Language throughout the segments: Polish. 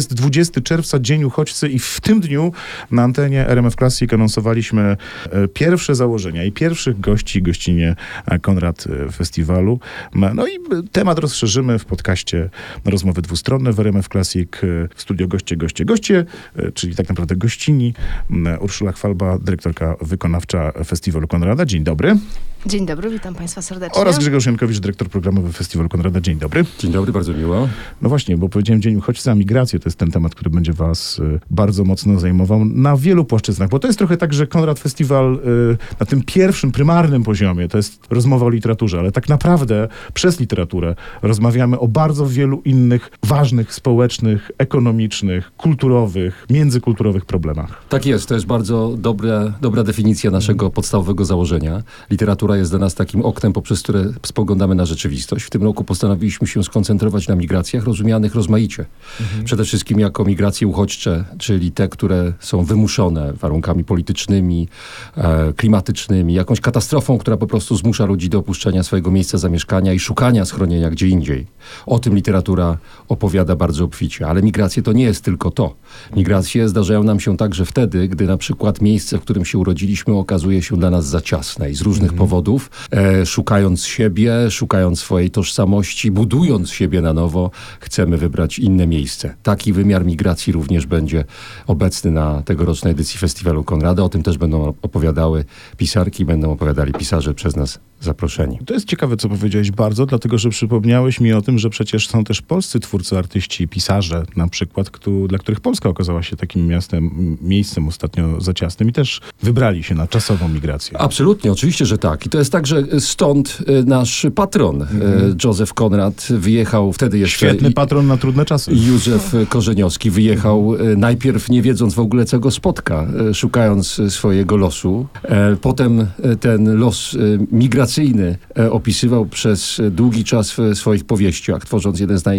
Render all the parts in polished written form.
Jest 20 czerwca, Dzień Uchodźcy i w tym dniu na antenie RMF Classic anonsowaliśmy pierwsze założenia i pierwszych gości i gościnie Konrad Festiwalu. No i temat rozszerzymy w podcaście Rozmowy Dwustronne w RMF Classic. W studio goście, czyli tak naprawdę gościni. Urszula Chwalba, dyrektorka wykonawcza Festiwalu Konrada. Dzień dobry. Dzień dobry, witam Państwa serdecznie. Oraz Grzegorz Jankowicz, dyrektor programowy Festiwalu Konrada. Dzień dobry. Dzień dobry, bardzo miło. No właśnie, bo powiedziałem Dzień Uchodźcy, a migrację to jest ten temat, który będzie was bardzo mocno zajmował na wielu płaszczyznach, bo to jest trochę tak, że Konrad Festiwal na tym pierwszym, prymarnym poziomie to jest rozmowa o literaturze, ale tak naprawdę przez literaturę rozmawiamy o bardzo wielu innych ważnych, społecznych, ekonomicznych, kulturowych, międzykulturowych problemach. Tak jest, to jest bardzo dobra definicja naszego podstawowego założenia. Literatura jest dla nas takim oknem, poprzez które spoglądamy na rzeczywistość. W tym roku postanowiliśmy się skoncentrować na migracjach rozumianych rozmaicie. Przede wszystkim jako migracje uchodźcze, czyli te, które są wymuszone warunkami politycznymi, klimatycznymi, jakąś katastrofą, która po prostu zmusza ludzi do opuszczenia swojego miejsca zamieszkania i szukania schronienia gdzie indziej. O tym literatura opowiada bardzo obficie. Ale migracje to nie jest tylko to. Migracje zdarzają nam się także wtedy, gdy na przykład miejsce, w którym się urodziliśmy, okazuje się dla nas za ciasne i z różnych powodów, szukając siebie, szukając swojej tożsamości, budując siebie na nowo, chcemy wybrać inne miejsce. Taki wymiar migracji również będzie obecny na tegorocznej edycji Festiwalu Konrada. O tym też będą opowiadały pisarki, będą opowiadali pisarze przez nas zaproszeni. To jest ciekawe, co powiedziałeś bardzo, dlatego, że przypomniałeś mi o tym, że przecież są też polscy twórcy, artyści, pisarze na przykład, dla których Polska okazała się takim miejscem ostatnio za ciasnym i też wybrali się na czasową migrację. Absolutnie, oczywiście, że tak. I to jest tak, że stąd nasz patron, Józef Konrad, wyjechał wtedy jeszcze... Świetny patron na trudne czasy. Józef Korzeniowski wyjechał najpierw nie wiedząc w ogóle, co go spotka, szukając swojego losu. Potem ten los migracyjny opisywał przez długi czas w swoich powieściach, tworząc jeden z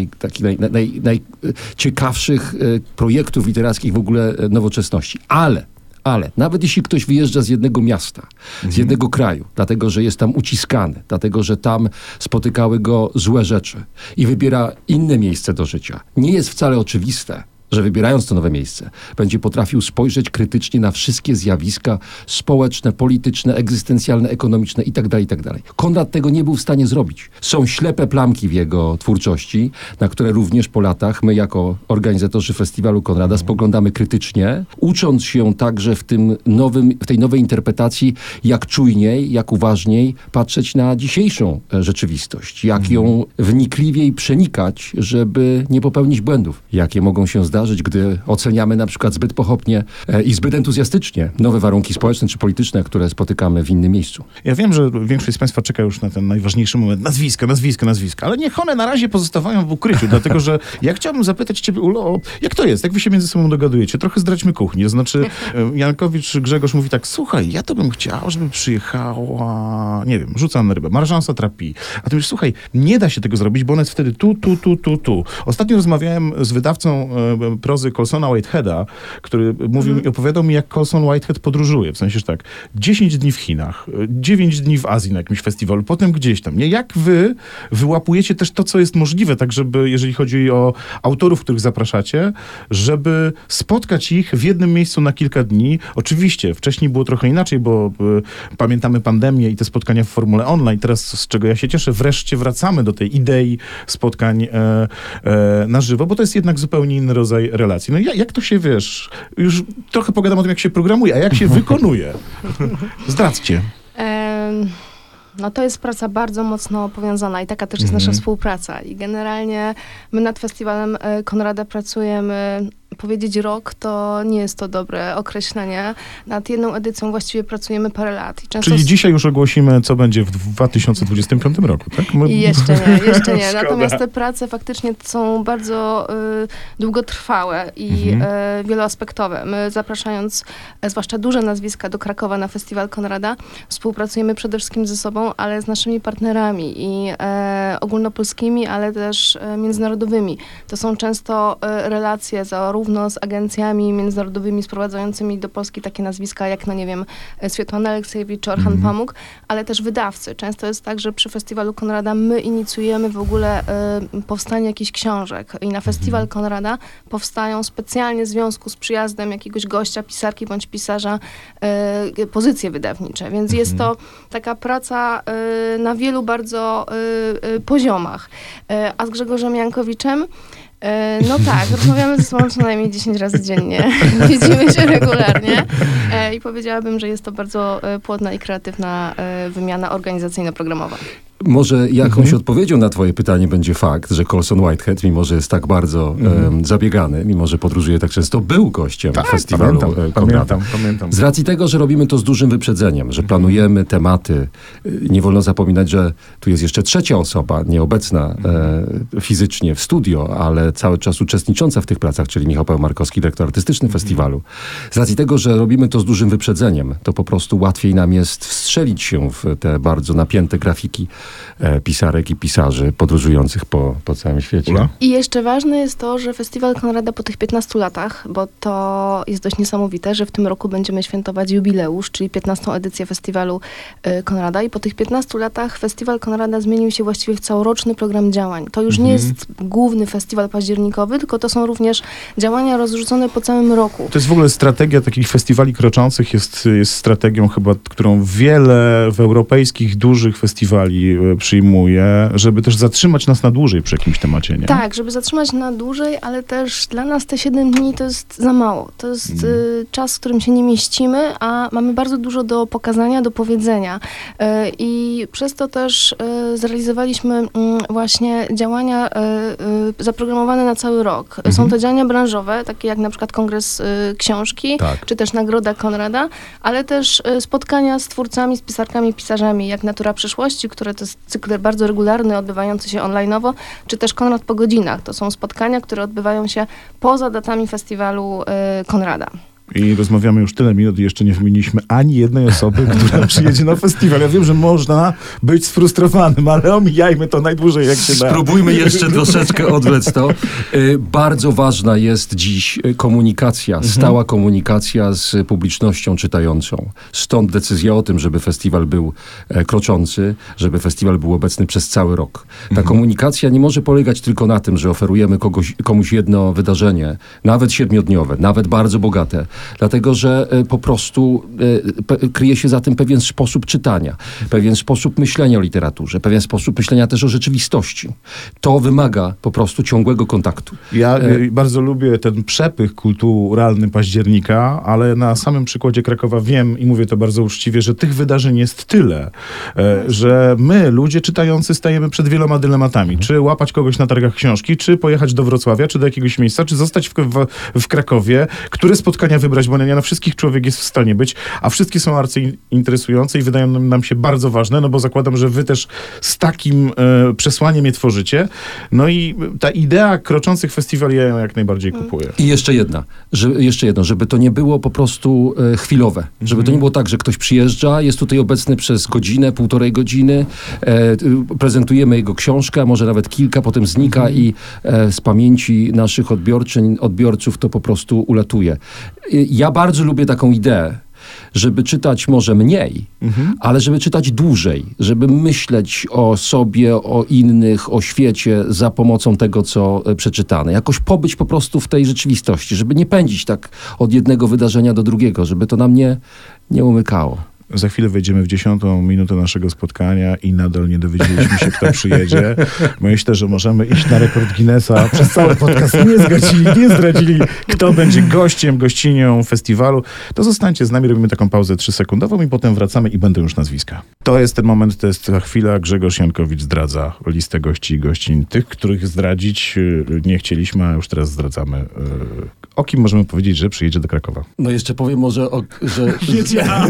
najciekawszych projektów literackich w ogóle nowoczesności. Ale nawet jeśli ktoś wyjeżdża z jednego miasta, z jednego kraju, dlatego że jest tam uciskany, dlatego że tam spotykały go złe rzeczy i wybiera inne miejsce do życia, nie jest wcale oczywiste, że wybierając to nowe miejsce, będzie potrafił spojrzeć krytycznie na wszystkie zjawiska społeczne, polityczne, egzystencjalne, ekonomiczne itd., itd. Konrad tego nie był w stanie zrobić. Są ślepe plamki w jego twórczości, na które również po latach my jako organizatorzy Festiwalu Konrada spoglądamy krytycznie, ucząc się także w tej nowej interpretacji, jak czujniej, jak uważniej patrzeć na dzisiejszą rzeczywistość, jak ją wnikliwiej przenikać, żeby nie popełnić błędów, jakie mogą się zdarzyć, gdy oceniamy na przykład zbyt pochopnie i zbyt entuzjastycznie nowe warunki społeczne czy polityczne, które spotykamy w innym miejscu. Ja wiem, że większość z Państwa czeka już na ten najważniejszy moment. Nazwiska. Ale niech one na razie pozostawają w ukryciu, dlatego że ja chciałbym zapytać Ciebie, Ulo, jak to jest? Jak Wy się między sobą dogadujecie? Trochę zdradźmy kuchnię. Znaczy, Jankowicz, Grzegorz mówi tak, słuchaj, ja to bym chciał, żeby przyjechała, nie wiem, rzucam na rybę, Marjan Satrapi. A ty mówisz, słuchaj, nie da się tego zrobić, bo ona jest wtedy tu. Ostatnio rozmawiałem z wydawcą prozy Colsona Whiteheada, który opowiadał mi, jak Colson Whitehead podróżuje. W sensie, że tak, 10 dni w Chinach, 9 dni w Azji na jakimś festiwalu, potem gdzieś tam. Nie? Jak wy wyłapujecie też to, co jest możliwe, tak żeby, jeżeli chodzi o autorów, których zapraszacie, żeby spotkać ich w jednym miejscu na kilka dni. Oczywiście, wcześniej było trochę inaczej, bo pamiętamy pandemię i te spotkania w formule online. Teraz, z czego ja się cieszę, wreszcie wracamy do tej idei spotkań na żywo, bo to jest jednak zupełnie inny rodzaj relacji. No jak to się, wiesz, już trochę pogadam o tym, jak się programuje, a jak się wykonuje? Zdradzcie. No to jest praca bardzo mocno powiązana i taka też jest nasza współpraca. I generalnie my nad Festiwalem Konrada pracujemy, powiedzieć rok, to nie jest to dobre określenie. Nad jedną edycją właściwie pracujemy parę lat. Czyli dzisiaj już ogłosimy, co będzie w 2025 roku, tak? Jeszcze nie. Natomiast te prace faktycznie są bardzo długotrwałe i wieloaspektowe. My zapraszając zwłaszcza duże nazwiska do Krakowa na Festiwal Konrada, współpracujemy przede wszystkim ze sobą, ale z naszymi partnerami i ogólnopolskimi, ale też międzynarodowymi. To są często relacje zarówno zarówno z agencjami międzynarodowymi sprowadzającymi do Polski takie nazwiska jak, no nie wiem, Swiatłana Aleksiejewicz czy Orhan Pamuk, ale też wydawcy. Często jest tak, że przy Festiwalu Konrada my inicjujemy w ogóle powstanie jakichś książek i na Festiwal Konrada powstają specjalnie w związku z przyjazdem jakiegoś gościa, pisarki bądź pisarza pozycje wydawnicze. Więc jest to taka praca na wielu bardzo poziomach. A z Grzegorzem Jankowiczem no tak, rozmawiamy ze sobą co najmniej 10 razy dziennie. Widzimy się regularnie i powiedziałabym, że jest to bardzo płodna i kreatywna wymiana organizacyjno-programowa. Może jakąś odpowiedzią na twoje pytanie będzie fakt, że Colson Whitehead, mimo że jest tak bardzo zabiegany, mimo że podróżuje tak często, był gościem festiwalu Konrada. Pamiętam. Z racji tego, że robimy to z dużym wyprzedzeniem, że planujemy tematy, nie wolno zapominać, że tu jest jeszcze trzecia osoba, nieobecna fizycznie w studio, ale cały czas uczestnicząca w tych pracach, czyli Michał Paweł-Markowski, dyrektor artystyczny festiwalu. Z racji tego, że robimy to z dużym wyprzedzeniem, to po prostu łatwiej nam jest wstrzelić się w te bardzo napięte grafiki pisarek i pisarzy podróżujących po całym świecie. Ula? I jeszcze ważne jest to, że Festiwal Konrada po tych 15 latach, bo to jest dość niesamowite, że w tym roku będziemy świętować jubileusz, czyli 15. edycję Festiwalu Konrada i po tych 15 latach Festiwal Konrada zmienił się właściwie w całoroczny program działań. To już nie jest główny festiwal październikowy, tylko to są również działania rozrzucone po całym roku. To jest w ogóle strategia takich festiwali kroczących, jest strategią chyba, którą wiele w europejskich dużych festiwali przyjmuje, żeby też zatrzymać nas na dłużej przy jakimś temacie, nie? Tak, żeby zatrzymać na dłużej, ale też dla nas te 7 dni to jest za mało. To jest czas, w którym się nie mieścimy, a mamy bardzo dużo do pokazania, do powiedzenia. I przez to też zrealizowaliśmy właśnie działania zaprogramowane na cały rok. Są to działania branżowe, takie jak na przykład Kongres Książki, czy też Nagroda Konrada, ale też spotkania z twórcami, z pisarkami, pisarzami, jak Natura Przyszłości, które to jest cykl bardzo regularny, odbywający się online'owo, czy też Konrad po godzinach. To są spotkania, które odbywają się poza datami festiwalu Konrada. I rozmawiamy już tyle minut i jeszcze nie wymieniliśmy ani jednej osoby, która przyjedzie na festiwal. Ja wiem, że można być sfrustrowanym, ale omijajmy to najdłużej jak się da. Spróbujmy jeszcze troszeczkę odwlec to. Bardzo ważna jest dziś komunikacja, stała komunikacja z publicznością czytającą. Stąd decyzja o tym, żeby festiwal był kroczący, żeby festiwal był obecny przez cały rok. Ta komunikacja nie może polegać tylko na tym, że oferujemy komuś jedno wydarzenie, nawet 7-dniowe, nawet bardzo bogate, dlatego że po prostu kryje się za tym pewien sposób czytania, pewien sposób myślenia o literaturze, pewien sposób myślenia też o rzeczywistości. To wymaga po prostu ciągłego kontaktu. Ja bardzo lubię ten przepych kulturalny października, ale na samym przykładzie Krakowa wiem i mówię to bardzo uczciwie, że tych wydarzeń jest tyle, że my, ludzie czytający, stajemy przed wieloma dylematami. Czy łapać kogoś na targach książki, czy pojechać do Wrocławia, czy do jakiegoś miejsca, czy zostać w Krakowie, które spotkania wybrać, bo nie na wszystkich człowiek jest w stanie być, a wszystkie są arcyinteresujące i wydają nam się bardzo ważne, no bo zakładam, że wy też z takim przesłaniem je tworzycie. No i ta idea kroczących festiwali ja ją jak najbardziej kupuję. I jeszcze jedno, żeby to nie było po prostu chwilowe. Żeby to nie było tak, że ktoś przyjeżdża, jest tutaj obecny przez godzinę, 1,5 godziny, prezentujemy jego książkę, a może nawet kilka, potem znika i z pamięci naszych odbiorców to po prostu ulatuje. Ja bardzo lubię taką ideę, żeby czytać może mniej, ale żeby czytać dłużej, żeby myśleć o sobie, o innych, o świecie za pomocą tego, co przeczytane. Jakoś pobyć po prostu w tej rzeczywistości, żeby nie pędzić tak od jednego wydarzenia do drugiego, żeby to nam nie umykało. Za chwilę wejdziemy w 10. minutę naszego spotkania i nadal nie dowiedzieliśmy się, kto przyjedzie. Myślę, że możemy iść na rekord Guinnessa. Przez cały podcast nie zdradzili, kto będzie gościem, gościnią festiwalu. To zostańcie z nami, robimy taką pauzę 3-sekundową i potem wracamy i będą już nazwiska. To jest ten moment, to jest ta chwila. Grzegorz Jankowicz zdradza listę gości i gościń. Tych, których zdradzić nie chcieliśmy, a już teraz zdradzamy. O kim możemy powiedzieć, że przyjedzie do Krakowa? No jeszcze powiem może, że... Wiedziałem.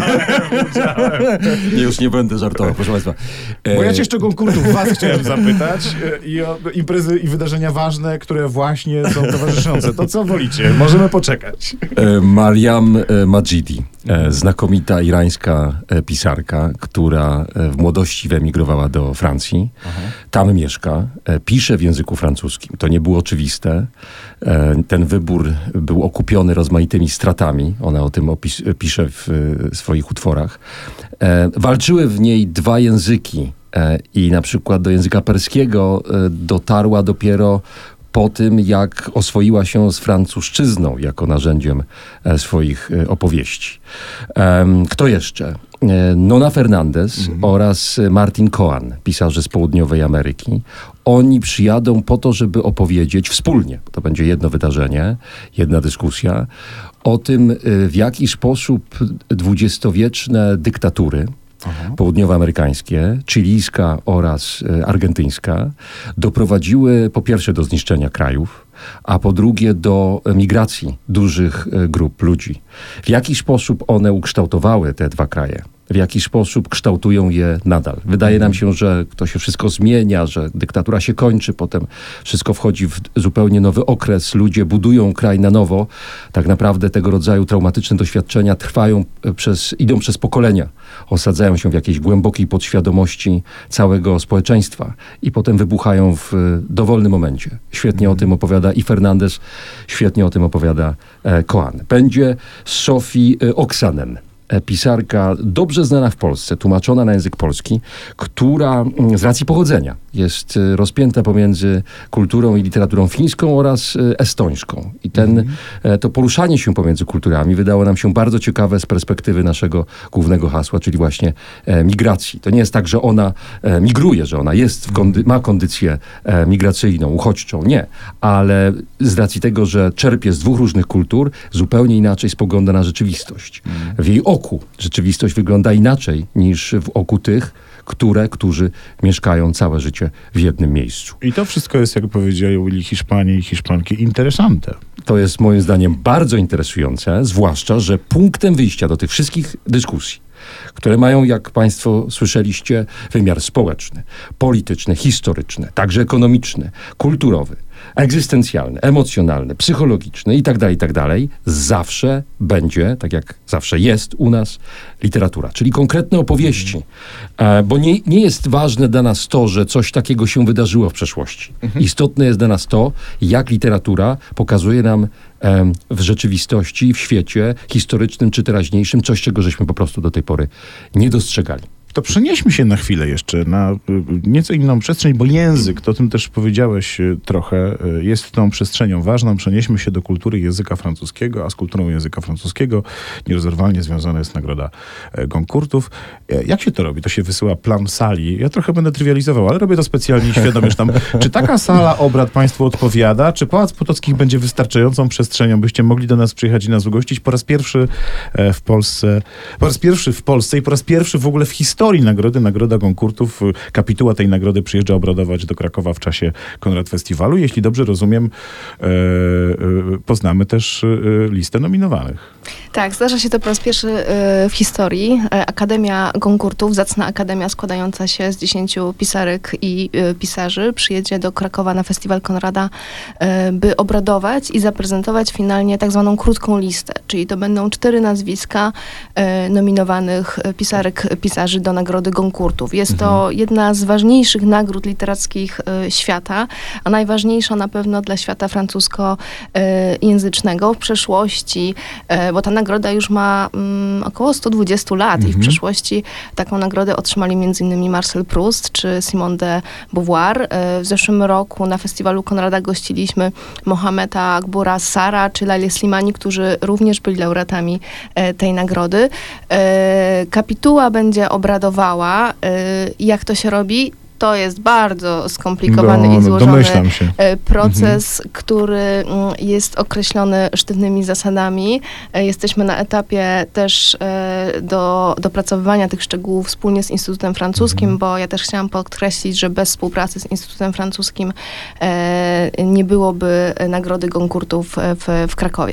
Nie, już nie będę żartował, proszę państwa. Bo ja cię jeszcze konkursów was chciałem zapytać i o imprezy i wydarzenia ważne, które właśnie są towarzyszące. To co wolicie? Możemy poczekać. Mariam Majidi. znakomita irańska pisarka, która w młodości wyemigrowała do Francji. Tam mieszka, pisze w języku francuskim. To nie było oczywiste. Ten wybór był okupiony rozmaitymi stratami. Ona o tym pisze w swoich utworach. Walczyły w niej dwa języki i na przykład do języka perskiego dotarła dopiero po tym, jak oswoiła się z francuszczyzną jako narzędziem swoich opowieści. Kto jeszcze? Nona Fernandez oraz Martin Cohen, pisarze z Południowej Ameryki. Oni przyjadą po to, żeby opowiedzieć wspólnie, to będzie jedno wydarzenie, jedna dyskusja, o tym, w jaki sposób dwudziestowieczne dyktatury południowoamerykańskie, chilijska oraz argentyńska, doprowadziły po pierwsze do zniszczenia krajów, a po drugie do migracji dużych grup ludzi. W jaki sposób one ukształtowały te dwa kraje? W jaki sposób kształtują je nadal? Wydaje nam się, że to się wszystko zmienia, że dyktatura się kończy, potem wszystko wchodzi w zupełnie nowy okres, ludzie budują kraj na nowo. Tak naprawdę tego rodzaju traumatyczne doświadczenia idą przez pokolenia, osadzają się w jakiejś głębokiej podświadomości całego społeczeństwa i potem wybuchają w dowolnym momencie. Świetnie o tym opowiada i Fernandez, świetnie o tym opowiada Cohen. Będzie Sophie Oksanen, pisarka dobrze znana w Polsce, tłumaczona na język polski, która z racji pochodzenia jest rozpięta pomiędzy kulturą i literaturą fińską oraz estońską. I to poruszanie się pomiędzy kulturami wydało nam się bardzo ciekawe z perspektywy naszego głównego hasła, czyli właśnie migracji. To nie jest tak, że ona migruje, że ona ma kondycję migracyjną, uchodźczą. Nie. Ale z racji tego, że czerpie z dwóch różnych kultur, zupełnie inaczej spogląda na rzeczywistość. W jej oku rzeczywistość wygląda inaczej niż w oku tych, którzy mieszkają całe życie w jednym miejscu. I to wszystko jest, jak powiedzieli Hiszpanie i Hiszpanki, interesante. To jest moim zdaniem bardzo interesujące, zwłaszcza, że punktem wyjścia do tych wszystkich dyskusji, które mają, jak państwo słyszeliście, wymiar społeczny, polityczny, historyczny, także ekonomiczny, kulturowy, egzystencjalny, emocjonalny, psychologiczny i tak dalej, zawsze będzie, tak jak zawsze jest u nas, literatura, czyli konkretne opowieści. Bo nie jest ważne dla nas to, że coś takiego się wydarzyło w przeszłości. Istotne jest dla nas to, jak literatura pokazuje nam w rzeczywistości, w świecie historycznym czy teraźniejszym coś, czego żeśmy po prostu do tej pory nie dostrzegali. To przenieśmy się na chwilę jeszcze na nieco inną przestrzeń, bo język, to o tym też powiedziałeś trochę, jest tą przestrzenią ważną. Przenieśmy się do kultury języka francuskiego, a z kulturą języka francuskiego nierozerwalnie związana jest nagroda Goncourtów. Jak się to robi? To się wysyła plan sali. Ja trochę będę trywializował, ale robię to specjalnie i świadomie, że tam, czy taka sala obrad państwu odpowiada, czy Pałac Potockich będzie wystarczającą przestrzenią, byście mogli do nas przyjechać i nas ugościć po raz pierwszy w Polsce, i po raz pierwszy w ogóle w historii Nagroda Goncourtów. Kapituła tej nagrody przyjeżdża obradować do Krakowa w czasie Konrad Festiwalu. Jeśli dobrze rozumiem, poznamy też listę nominowanych. Tak, zdarza się to po raz pierwszy w historii. Akademia Goncourtów, zacna akademia składająca się z 10 pisarek i pisarzy, przyjedzie do Krakowa na Festiwal Konrada, by obradować i zaprezentować finalnie tak zwaną krótką listę, czyli to będą 4 nazwiska nominowanych pisarek, pisarzy do Nagrody Goncourtów. Jest to jedna z ważniejszych nagród literackich świata, a najważniejsza na pewno dla świata francuskojęzycznego w przeszłości, bo ta nagroda już ma około 120 lat i w przeszłości taką nagrodę otrzymali m.in. Marcel Proust czy Simone de Beauvoir. W zeszłym roku na Festiwalu Konrada gościliśmy Mohameda Akbura Sara czy Lailę Slimani, którzy również byli laureatami tej nagrody. Kapituła będzie obradowała. Jak to się robi? To jest bardzo skomplikowany i złożony proces, który jest określony sztywnymi zasadami. Jesteśmy na etapie też dopracowywania tych szczegółów wspólnie z Instytutem Francuskim, bo ja też chciałam podkreślić, że bez współpracy z Instytutem Francuskim nie byłoby Nagrody Goncourtów w Krakowie.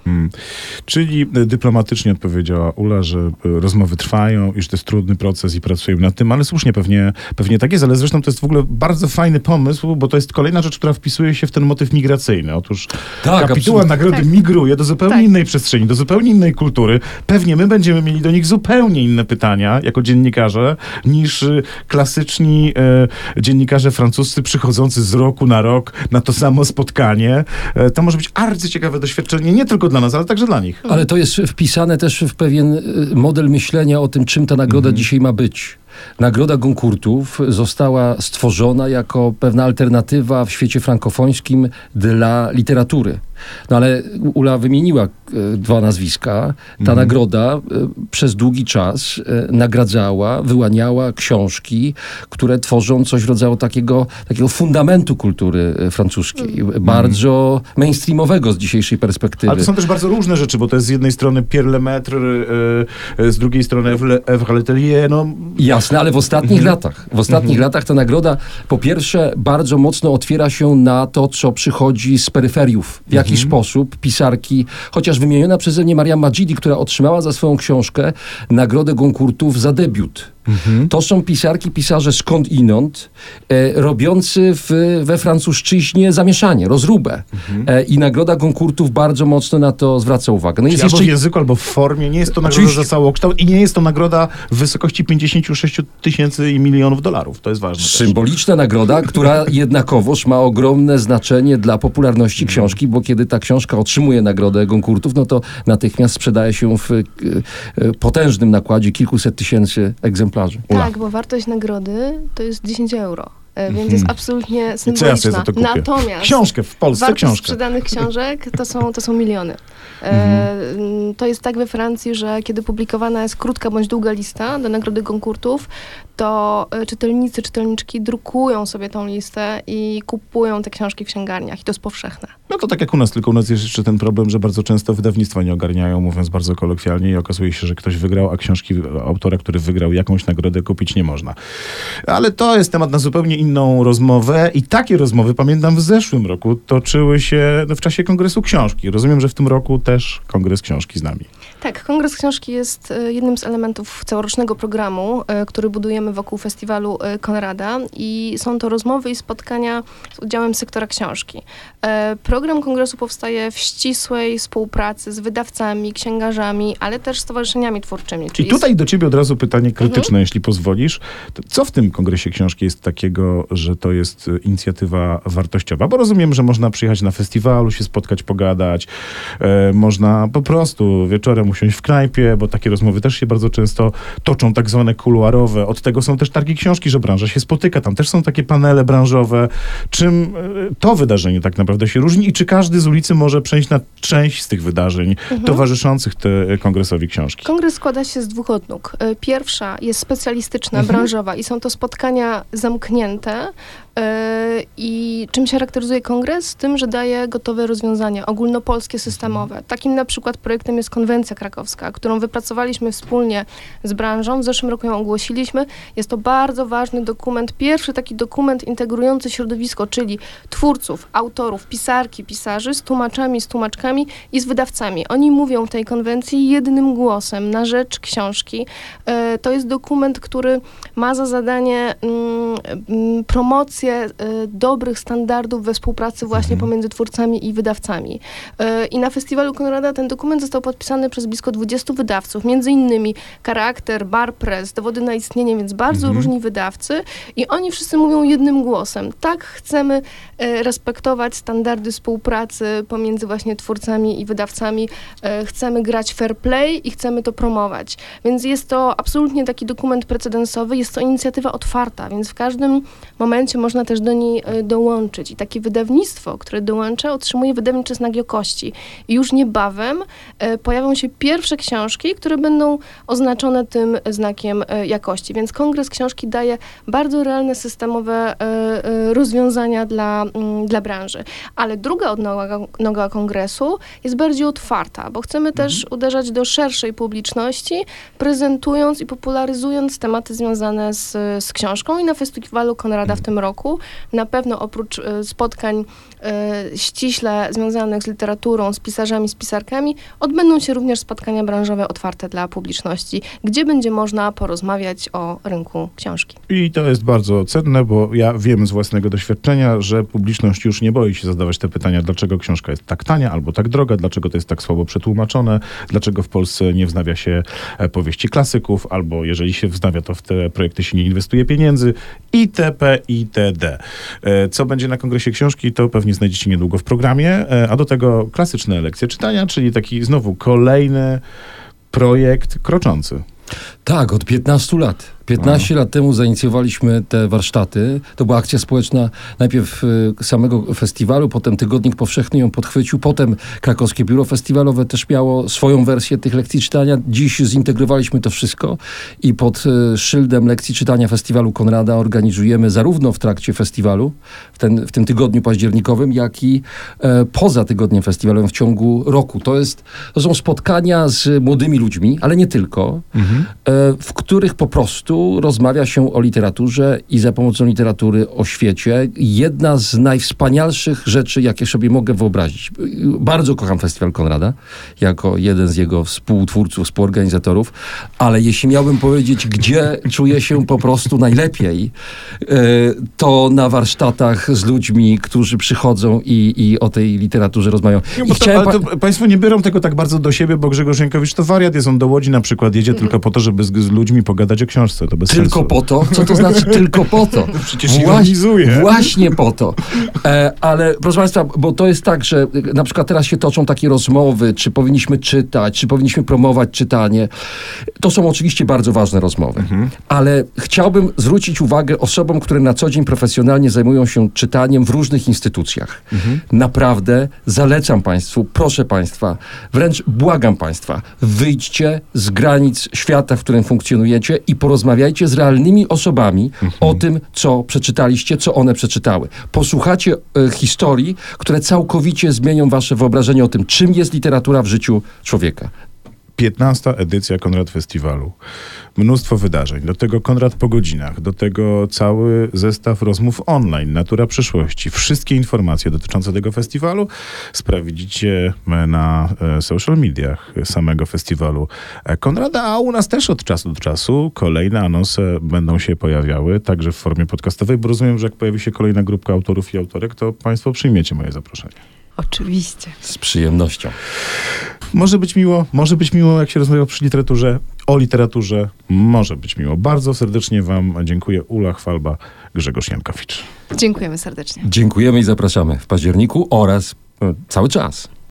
Czyli dyplomatycznie odpowiedziała Ula, że rozmowy trwają i że to jest trudny proces i pracujemy nad tym, ale słusznie pewnie tak jest, ale zresztą to jest w ogóle bardzo fajny pomysł, bo to jest kolejna rzecz, która wpisuje się w ten motyw migracyjny. Otóż kapituła nagrody migruje do zupełnie innej przestrzeni, do zupełnie innej kultury. Pewnie my będziemy mieli do nich zupełnie inne pytania jako dziennikarze niż klasyczni dziennikarze francuscy przychodzący z roku na rok na to samo spotkanie. To może być arcyciekawe doświadczenie, nie tylko dla nas, ale także dla nich. Ale to jest wpisane też w pewien model myślenia o tym, czym ta nagroda dzisiaj ma być. Nagroda Goncourtów została stworzona jako pewna alternatywa w świecie frankofońskim dla literatury. No ale Ula wymieniła dwa nazwiska. Ta nagroda przez długi czas nagradzała, wyłaniała książki, które tworzą coś w rodzaju takiego fundamentu kultury francuskiej. Bardzo mainstreamowego z dzisiejszej perspektywy. Ale to są też bardzo różne rzeczy, bo to jest z jednej strony Pierre Lemaitre, z drugiej strony Èvre Letelier. No. Jasne, ale w ostatnich latach ta nagroda po pierwsze bardzo mocno otwiera się na to, co przychodzi z peryferiów. W jaki sposób pisarki, chociaż wymieniona przeze mnie Mariam Majidi, która otrzymała za swoją książkę nagrodę Goncourtów za debiut. To są pisarze skądinąd, robiący we francuszczyźnie zamieszanie, rozróbę. I nagroda Goncourtów bardzo mocno na to zwraca uwagę. No jest albo w języku, albo w formie. Nie jest to nagroda za całokształt i nie jest to nagroda w wysokości 56 000 i milionów dolarów. To jest ważne. Symboliczna nagroda, która jednakowoż ma ogromne znaczenie dla popularności książki, bo kiedy ta książka otrzymuje nagrodę Goncourtów, no to natychmiast sprzedaje się w potężnym nakładzie kilkuset tysięcy egzemplarzy. Tak, bo wartość nagrody to jest 10 euro. Więc jest absolutnie symboliczna. Ja sobie za to kupię. Natomiast książkę w Polsce, wartość sprzedanych książek to są miliony. To jest tak we Francji, że kiedy publikowana jest krótka bądź długa lista do nagrody Goncourtów, to czytelnicy, czytelniczki drukują sobie tą listę i kupują te książki w księgarniach. I to jest powszechne. No to tak jak u nas, tylko u nas jest jeszcze ten problem, że bardzo często wydawnictwa nie ogarniają, mówiąc bardzo kolokwialnie, i okazuje się, że ktoś wygrał, a książki autora, który wygrał jakąś nagrodę, kupić nie można. Ale to jest temat na zupełnie inną rozmowę i takie rozmowy, pamiętam, w zeszłym roku toczyły się w czasie Kongresu Książki. Rozumiem, że w tym roku też Kongres Książki z nami. Tak, Kongres Książki jest jednym z elementów całorocznego programu, który budujemy wokół festiwalu Konrada i są to rozmowy i spotkania z udziałem sektora książki. Program kongresu powstaje w ścisłej współpracy z wydawcami, księgarzami, ale też stowarzyszeniami twórczymi. I tutaj do ciebie od razu pytanie krytyczne, jeśli pozwolisz. Co w tym Kongresie Książki jest takiego, że to jest inicjatywa wartościowa? Bo rozumiem, że można przyjechać na festiwalu, się spotkać, pogadać. Można po prostu wieczorem usiąść w knajpie, bo takie rozmowy też się bardzo często toczą, tak zwane kuluarowe. Od tego są też targi książki, że branża się spotyka. Tam też są takie panele branżowe. Czym to wydarzenie tak naprawdę się różni i czy każdy z ulicy może przejść na część z tych wydarzeń towarzyszących Kongresowi Książki? Kongres składa się z dwóch odnóg. Pierwsza jest specjalistyczna, branżowa i są to spotkania zamknięte. I czym się charakteryzuje kongres? Tym, że daje gotowe rozwiązania ogólnopolskie, systemowe. Takim na przykład projektem jest konwencja krakowska, którą wypracowaliśmy wspólnie z branżą. W zeszłym roku ją ogłosiliśmy. Jest to bardzo ważny dokument, pierwszy taki dokument integrujący środowisko, czyli twórców, autorów, pisarki, pisarzy z tłumaczami, z tłumaczkami i z wydawcami. Oni mówią w tej konwencji jednym głosem na rzecz książki. To jest dokument, który ma za zadanie promocję dobrych standardów we współpracy właśnie pomiędzy twórcami i wydawcami. I na festiwalu Konrada ten dokument został podpisany przez blisko 20 wydawców, między innymi Charakter, Bar Press, Dowody na istnienie, więc bardzo różni wydawcy i oni wszyscy mówią jednym głosem. Tak, chcemy respektować standardy współpracy pomiędzy właśnie twórcami i wydawcami. Chcemy grać fair play i chcemy to promować. Więc jest to absolutnie taki dokument precedensowy, jest to inicjatywa otwarta, więc w każdym momencie można też do niej dołączyć. I takie wydawnictwo, które dołącza, otrzymuje wydawniczy znak jakości. I już niebawem pojawią się pierwsze książki, które będą oznaczone tym znakiem jakości. Więc Kongres Książki daje bardzo realne, systemowe rozwiązania dla branży. Ale druga odnoga kongresu jest bardziej otwarta, bo chcemy też uderzać do szerszej publiczności, prezentując i popularyzując tematy związane z książką. I na festiwalu Konrada w tym roku roku. Na pewno oprócz spotkań ściśle związanych z literaturą, z pisarzami, z pisarkami, odbędą się również spotkania branżowe otwarte dla publiczności, gdzie będzie można porozmawiać o rynku książki. I to jest bardzo cenne, bo ja wiem z własnego doświadczenia, że publiczność już nie boi się zadawać te pytania, dlaczego książka jest tak tania albo tak droga, dlaczego to jest tak słabo przetłumaczone, dlaczego w Polsce nie wznawia się powieści klasyków, albo jeżeli się wznawia, to w te projekty się nie inwestuje pieniędzy, itp. itd. Co będzie na Kongresie Książki, to pewnie znajdziecie niedługo w programie, a do tego klasyczne lekcje czytania, czyli taki znowu kolejny projekt kroczący. Tak, od 15 lat. 15 lat temu zainicjowaliśmy te warsztaty. To była akcja społeczna najpierw samego festiwalu, potem Tygodnik Powszechny ją podchwycił, potem Krakowskie Biuro Festiwalowe też miało swoją wersję tych lekcji czytania. Dziś zintegrowaliśmy to wszystko i pod szyldem lekcji czytania Festiwalu Konrada organizujemy zarówno w trakcie festiwalu, w tym tygodniu październikowym, jak i poza tygodniem festiwalowym w ciągu roku. To są spotkania z młodymi ludźmi, ale nie tylko, w których po prostu rozmawia się o literaturze i za pomocą literatury o świecie. Jedna z najwspanialszych rzeczy, jakie sobie mogę wyobrazić. Bardzo kocham Festiwal Konrada, jako jeden z jego współtwórców, współorganizatorów, ale jeśli miałbym powiedzieć, gdzie czuję się po prostu najlepiej, to na warsztatach z ludźmi, którzy przychodzą i o tej literaturze rozmawiają. Ale państwo nie biorą tego tak bardzo do siebie, bo Grzegorz Jankowicz to wariat jest. On do Łodzi na przykład jedzie tylko po to, żeby z ludźmi pogadać o książce. To bez tylko sensu. po to? Co to znaczy tylko po to? Przecież ironizuje. Właśnie po to. Ale proszę Państwa, bo to jest tak, że na przykład teraz się toczą takie rozmowy, czy powinniśmy czytać, czy powinniśmy promować czytanie. To są oczywiście bardzo ważne rozmowy. Ale chciałbym zwrócić uwagę osobom, które na co dzień profesjonalnie zajmują się czytaniem w różnych instytucjach. Naprawdę zalecam Państwu, proszę Państwa, wręcz błagam Państwa, wyjdźcie z granic świata, w którym funkcjonujecie i porozmawiajcie z realnymi osobami o tym, co przeczytaliście, co one przeczytały. Posłuchacie historii, które całkowicie zmienią wasze wyobrażenie o tym, czym jest literatura w życiu człowieka. 15. edycja Konrad Festiwalu. Mnóstwo wydarzeń. Do tego Konrad po godzinach. Do tego cały zestaw rozmów online. Natura przyszłości. Wszystkie informacje dotyczące tego festiwalu sprawdzicie na social mediach samego festiwalu Konrada, a u nas też od czasu do czasu kolejne anonse będą się pojawiały, także w formie podcastowej, bo rozumiem, że jak pojawi się kolejna grupka autorów i autorek, to państwo przyjmiecie moje zaproszenie. Oczywiście. Z przyjemnością. Może być miło, jak się rozmawia przy literaturze, o literaturze. Może być miło. Bardzo serdecznie wam dziękuję. Ula Chwalba, Grzegorz Jankowicz. Dziękujemy serdecznie. Dziękujemy i zapraszamy w październiku oraz cały czas.